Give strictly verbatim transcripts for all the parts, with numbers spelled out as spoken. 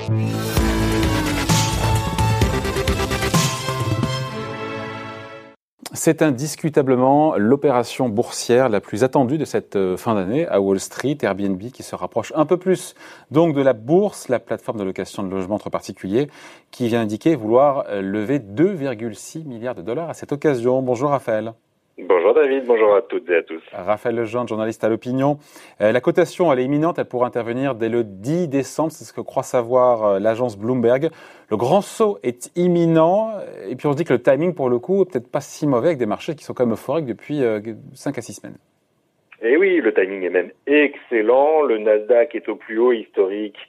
C'est indiscutablement l'opération boursière la plus attendue de cette fin d'année à Wall Street. Airbnb qui se rapproche un peu plus donc de la bourse, la plateforme de location de logements entre particuliers, qui vient indiquer vouloir lever deux virgule six milliards de dollars à cette occasion. Bonjour Raphaël. Bonjour David, bonjour à toutes et à tous. Raphaël Legendre, journaliste à l'Opinion. Euh, la cotation, elle est imminente, elle pourra intervenir dès le dix décembre, c'est ce que croit savoir euh, l'agence Bloomberg. Le grand saut est imminent, et puis on se dit que le timing, pour le coup, est peut-être pas si mauvais avec des marchés qui sont quand même euphoriques depuis euh, cinq à six semaines. Et oui, le timing est même excellent. Le Nasdaq est au plus haut historique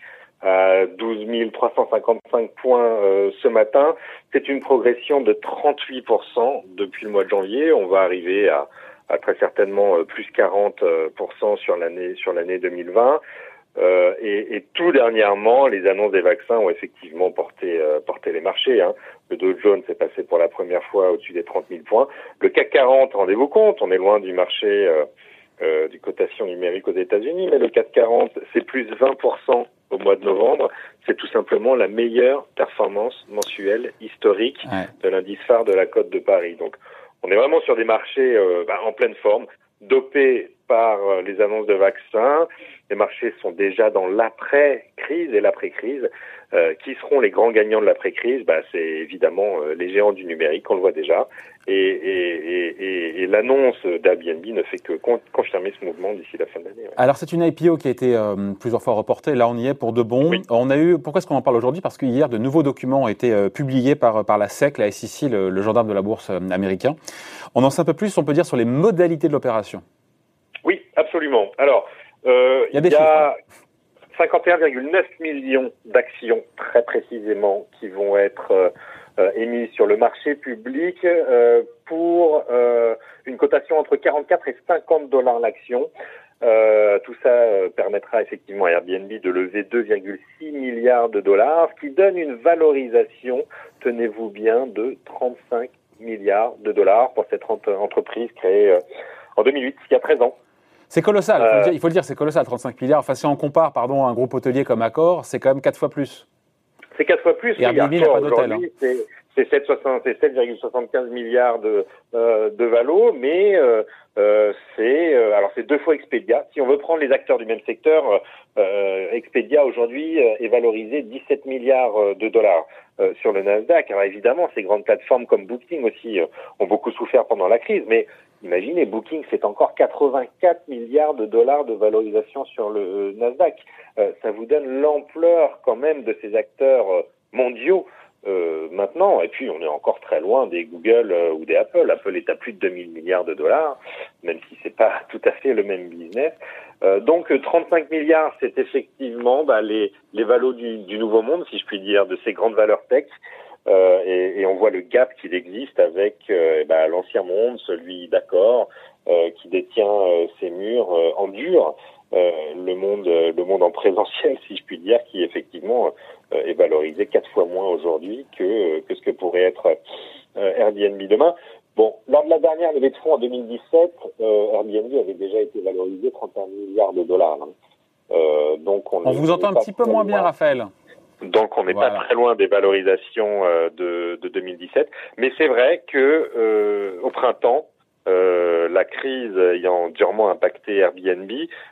à douze mille trois cent cinquante-cinq points euh, ce matin. C'est une progression de trente-huit pour cent depuis le mois de janvier. On va arriver à, à très certainement euh, plus quarante pour cent sur l'année sur l'année deux mille vingt. Euh, et, et tout dernièrement, les annonces des vaccins ont effectivement porté euh, porté les marchés. Hein. Le Dow Jones est passé pour la première fois au-dessus des trente mille points. Le C A C quarante, rendez-vous compte, on est loin du marché euh, euh, du cotation numérique aux États-Unis, mais le C A C quarante, c'est plus vingt pour cent au mois de novembre. C'est tout simplement la meilleure performance mensuelle historique ouais. de l'indice phare de la Côte de Paris. Donc, on est vraiment sur des marchés euh, bah, en pleine forme, dopés par euh, les annonces de vaccins. Les marchés sont déjà dans l'après-crise et l'après-crise. Euh, qui seront les grands gagnants de l'après-crise? Bah, c'est évidemment euh, les géants du numérique, on le voit déjà. Et, et, et, et l'annonce d'Airbnb ne fait que con- confirmer ce mouvement d'ici la fin de l'année. Ouais. Alors, c'est une I P O qui a été euh, plusieurs fois reportée. Là, on y est pour de bon. Oui. On a eu. Pourquoi est-ce qu'on en parle aujourd'hui? Parce que hier, de nouveaux documents ont été euh, publiés par par la S E C, la S E C, le, le gendarme de la bourse euh, américain. On en sait un peu plus, on peut dire, sur les modalités de l'opération. Oui, absolument. Alors, euh, il y a, des il y a cinquante et un virgule neuf millions d'actions, très précisément, qui vont être euh, euh, émises sur le marché public euh, pour euh, une cotation entre quarante-quatre et cinquante dollars l'action. Euh, tout ça euh, permettra effectivement à Airbnb de lever deux virgule six milliards de dollars, ce qui donne une valorisation, tenez-vous bien, de trente-cinq milliards de dollars pour cette entreprise créée euh, en deux mille huit, il y a treize ans. C'est colossal, il faut, le dire, il faut le dire, c'est colossal, trente-cinq milliards. Enfin, si on compare, pardon, à un groupe hôtelier comme Accor, c'est quand même quatre fois plus. C'est quatre fois plus. Et Airbnb n'a pas d'hôtel. Hein. C'est, c'est sept virgule soixante-quinze milliards de, euh, de valo, mais euh, euh, c'est euh, alors c'est deux fois Expedia. Si on veut prendre les acteurs du même secteur, euh, Expedia aujourd'hui euh, est valorisé dix-sept milliards de dollars euh, sur le Nasdaq. Alors évidemment, ces grandes plateformes comme Booking aussi euh, ont beaucoup souffert pendant la crise, mais imaginez, Booking, c'est encore quatre-vingt-quatre milliards de dollars de valorisation sur le Nasdaq. Euh, ça vous donne l'ampleur quand même de ces acteurs euh, mondiaux euh, maintenant. Et puis, on est encore très loin des Google euh, ou des Apple. Apple est à plus de deux mille milliards de dollars, même si c'est pas tout à fait le même business. Euh, donc, trente-cinq milliards, c'est effectivement bah, les, les valos du, du nouveau monde, si je puis dire, de ces grandes valeurs tech. Euh, et, et on voit le gap qu'il existe avec euh, bah, l'ancien monde, celui d'Accor, euh, qui détient euh, ses murs euh, en dur, euh, le monde, euh, le monde en présentiel, si je puis dire, qui effectivement euh, est valorisé quatre fois moins aujourd'hui que que ce que pourrait être euh, Airbnb demain. Bon, lors de la dernière levée de fonds en deux mille dix-sept, euh, Airbnb avait déjà été valorisé trente et un milliards de dollars. Hein. Euh, donc on, on vous entend un petit peu moins bien, Raphaël. Donc on n'est voilà. pas très loin des valorisations euh, de, de deux mille dix-sept, mais c'est vrai que euh, au printemps, euh, la crise ayant durement impacté Airbnb,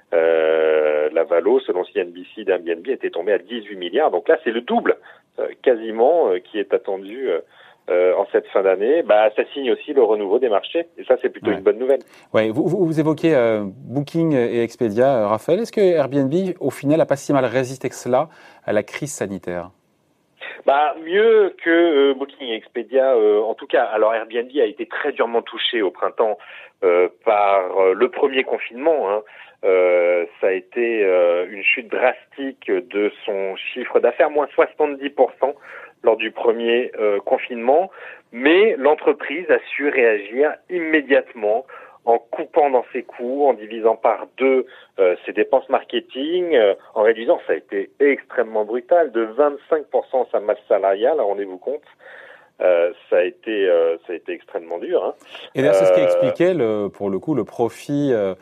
euh, la valo selon C N B C d'Airbnb était tombée à dix-huit milliards. Donc là c'est le double euh, quasiment euh, qui est attendu. Euh, Euh, en cette fin d'année, bah, ça signe aussi le renouveau des marchés. Et ça, c'est plutôt ouais. une bonne nouvelle. Ouais, vous, vous, vous évoquez euh, Booking et Expedia, euh, Raphaël. Est-ce que Airbnb, au final, n'a pas si mal résisté que cela à la crise sanitaire? Bah, mieux que euh, Booking et Expedia, euh, en tout cas. Alors, Airbnb a été très durement touché au printemps euh, par euh, le premier confinement. Hein. Euh, ça a été euh, une chute drastique de son chiffre d'affaires, moins soixante-dix pour cent lors du premier euh, confinement, mais l'entreprise a su réagir immédiatement en coupant dans ses coûts, en divisant par deux euh, ses dépenses marketing, euh, en réduisant, ça a été extrêmement brutal, de vingt-cinq pour cent sa masse salariale, rendez-vous compte. Euh, ça a été, euh, ça a été extrêmement dur. Hein. Et d'ailleurs, c'est ce qui expliquait, le, pour le coup, le profit euh,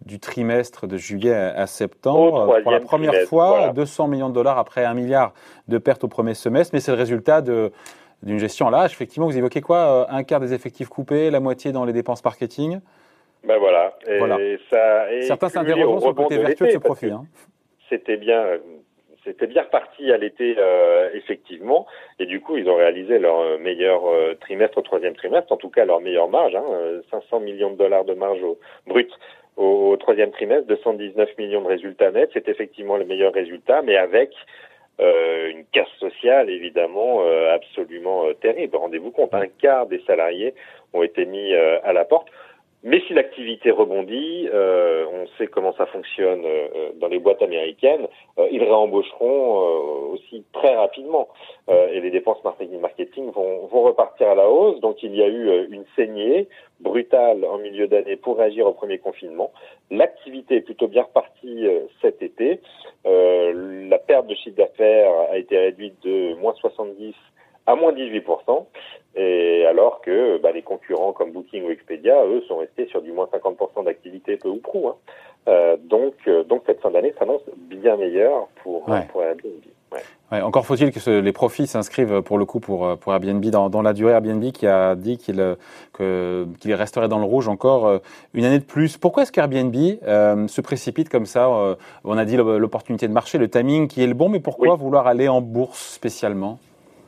du trimestre de juillet à septembre. Pour la première trimestre, fois, voilà. deux cents millions de dollars après un milliard de pertes au premier semestre, mais c'est le résultat de, d'une gestion à l'âge. Effectivement, vous évoquez quoi? Un quart des effectifs coupés, la moitié dans les dépenses marketing. Ben voilà. Et voilà. Ça, et certains s'interrogent sur le côté vertueux de ce profit. Hein. C'était bien, c'était bien reparti à l'été, euh, effectivement. Et du coup, ils ont réalisé leur meilleur euh, trimestre au troisième trimestre, en tout cas leur meilleure marge, hein, cinq cents millions de dollars de marge au brut au, au troisième trimestre, deux cent dix-neuf millions de résultats nets. C'est effectivement le meilleur résultat, mais avec euh, une casse sociale évidemment euh, absolument euh, terrible. Rendez-vous compte, un quart des salariés ont été mis euh, à la porte. Mais si l'activité rebondit, euh, on sait comment ça fonctionne euh, dans les boîtes américaines, euh, ils réembaucheront euh, aussi très rapidement. Euh, et les dépenses marketing vont, vont repartir à la hausse. Donc il y a eu euh, une saignée brutale en milieu d'année pour réagir au premier confinement. L'activité est plutôt bien repartie euh, cet été. Euh, la perte de chiffre d'affaires a été réduite de moins soixante-dix à moins dix-huit pour cent. Et alors que bah, les concurrents comme Booking ou Expedia, eux, sont restés sur du moins cinquante pour cent d'activité peu ou prou. Hein. Euh, donc, euh, donc cette fin d'année s'annonce bien meilleure pour, ouais. pour Airbnb. Ouais. Ouais, encore faut-il que ce, les profits s'inscrivent pour le coup pour, pour Airbnb dans, dans la durée. Airbnb qui a dit qu'il, que, qu'il resterait dans le rouge encore une année de plus. Pourquoi est-ce qu'Airbnb euh, se précipite comme ça? euh, On a dit l'opportunité de marché, le timing qui est le bon, mais pourquoi oui. vouloir aller en bourse spécialement?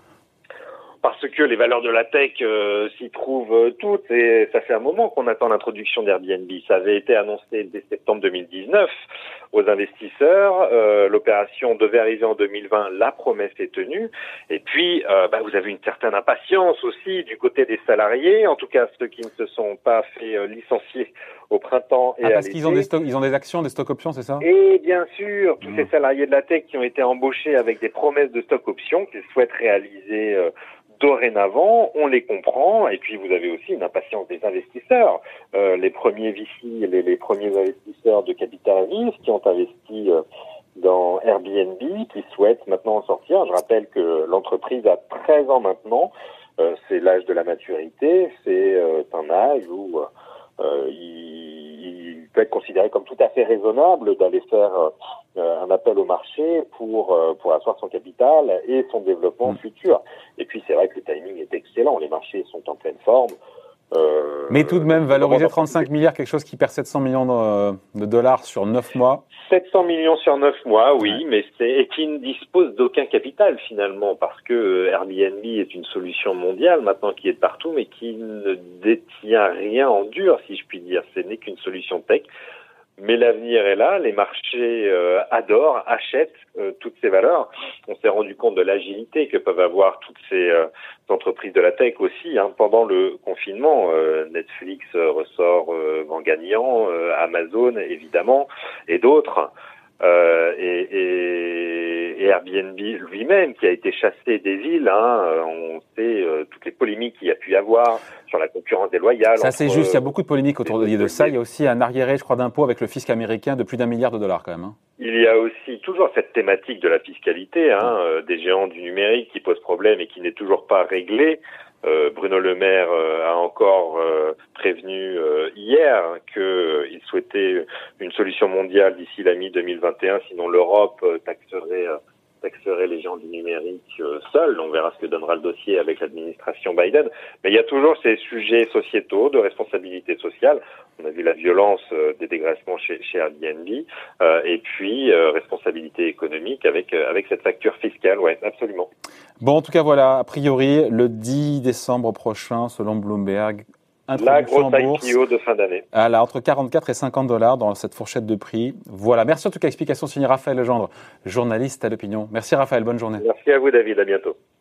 Parce que les valeurs de la tech euh, s'y trouvent toutes et ça fait un moment qu'on attend l'introduction d'Airbnb. Ça avait été annoncé dès septembre deux mille dix-neuf aux investisseurs. Euh, l'opération devait arriver en deux mille vingt. La promesse est tenue. Et puis, euh, bah, vous avez une certaine impatience aussi du côté des salariés, en tout cas ceux qui ne se sont pas fait euh, licencier au printemps et ah, à parce l'été. qu'ils ont des stocks, ils ont des actions, des stock options, c'est ça? Et bien sûr, tous mmh. ces salariés de la tech qui ont été embauchés avec des promesses de stock options qu'ils souhaitent réaliser euh, dorénavant, on les comprend, et puis vous avez aussi une impatience des investisseurs. Euh, les premiers V C, les, les premiers investisseurs de capital à risque qui ont investi euh, dans Airbnb, qui souhaitent maintenant en sortir. Je rappelle que l'entreprise a treize ans maintenant, euh, c'est l'âge de la maturité, c'est euh, un âge où euh, il, il peut être considéré comme tout à fait raisonnable d'aller faire euh, un appel au marché pour euh, pour asseoir son capital et son développement mmh. futur. Et puis c'est vrai que le timing est excellent, les marchés sont en pleine forme. Euh, Mais tout de même, valoriser trente-cinq milliards, quelque chose qui perd sept cents millions de, de dollars sur neuf mois. sept cents millions sur neuf mois, oui, ouais. mais c'est, et qui ne dispose d'aucun capital finalement, parce que Airbnb est une solution mondiale maintenant qui est partout, mais qui ne détient rien en dur, si je puis dire. Ce n'est qu'une solution tech. Mais l'avenir est là, les marchés euh, adorent, achètent euh, toutes ces valeurs. On s'est rendu compte de l'agilité que peuvent avoir toutes ces euh, entreprises de la tech aussi. Hein. Pendant le confinement, euh, Netflix euh, ressort euh, en gagnant, euh, Amazon évidemment, et d'autres. Euh, et, et, et Airbnb lui-même qui a été chassé des villes, hein, on sait euh, toutes les polémiques qu'il y a pu y avoir sur la concurrence déloyale. Ça c'est juste, il y a beaucoup de polémiques autour de, de ça. Il y a aussi un arriéré, je crois, d'impôt avec le fisc américain de plus d'un milliard de dollars quand même. Hein. Il y a aussi toujours cette thématique de la fiscalité, hein, euh, des géants du numérique qui posent problème et qui n'est toujours pas réglée. Euh, Bruno Le Maire euh, a encore euh, prévenu euh, hier hein, qu'il euh, souhaitait une solution mondiale d'ici la mi deux mille vingt et un, sinon l'Europe euh, taxerait, euh, taxerait les gens du numérique euh, seuls. On verra ce que donnera le dossier avec l'administration Biden. Mais il y a toujours ces sujets sociétaux de responsabilité sociale. On a vu la violence euh, des dégraissements chez, chez Airbnb euh, et puis euh, responsabilité économique avec euh, avec cette facture fiscale. Ouais, absolument. Bon, en tout cas, voilà, a priori, le dix décembre prochain, selon Bloomberg, la grosse I P O de fin d'année. À la, entre quarante-quatre et cinquante dollars dans cette fourchette de prix. Voilà. Merci en tout cas. Explication signée Raphaël Legendre, journaliste à l'Opinion. Merci Raphaël. Bonne journée. Merci à vous David. À bientôt.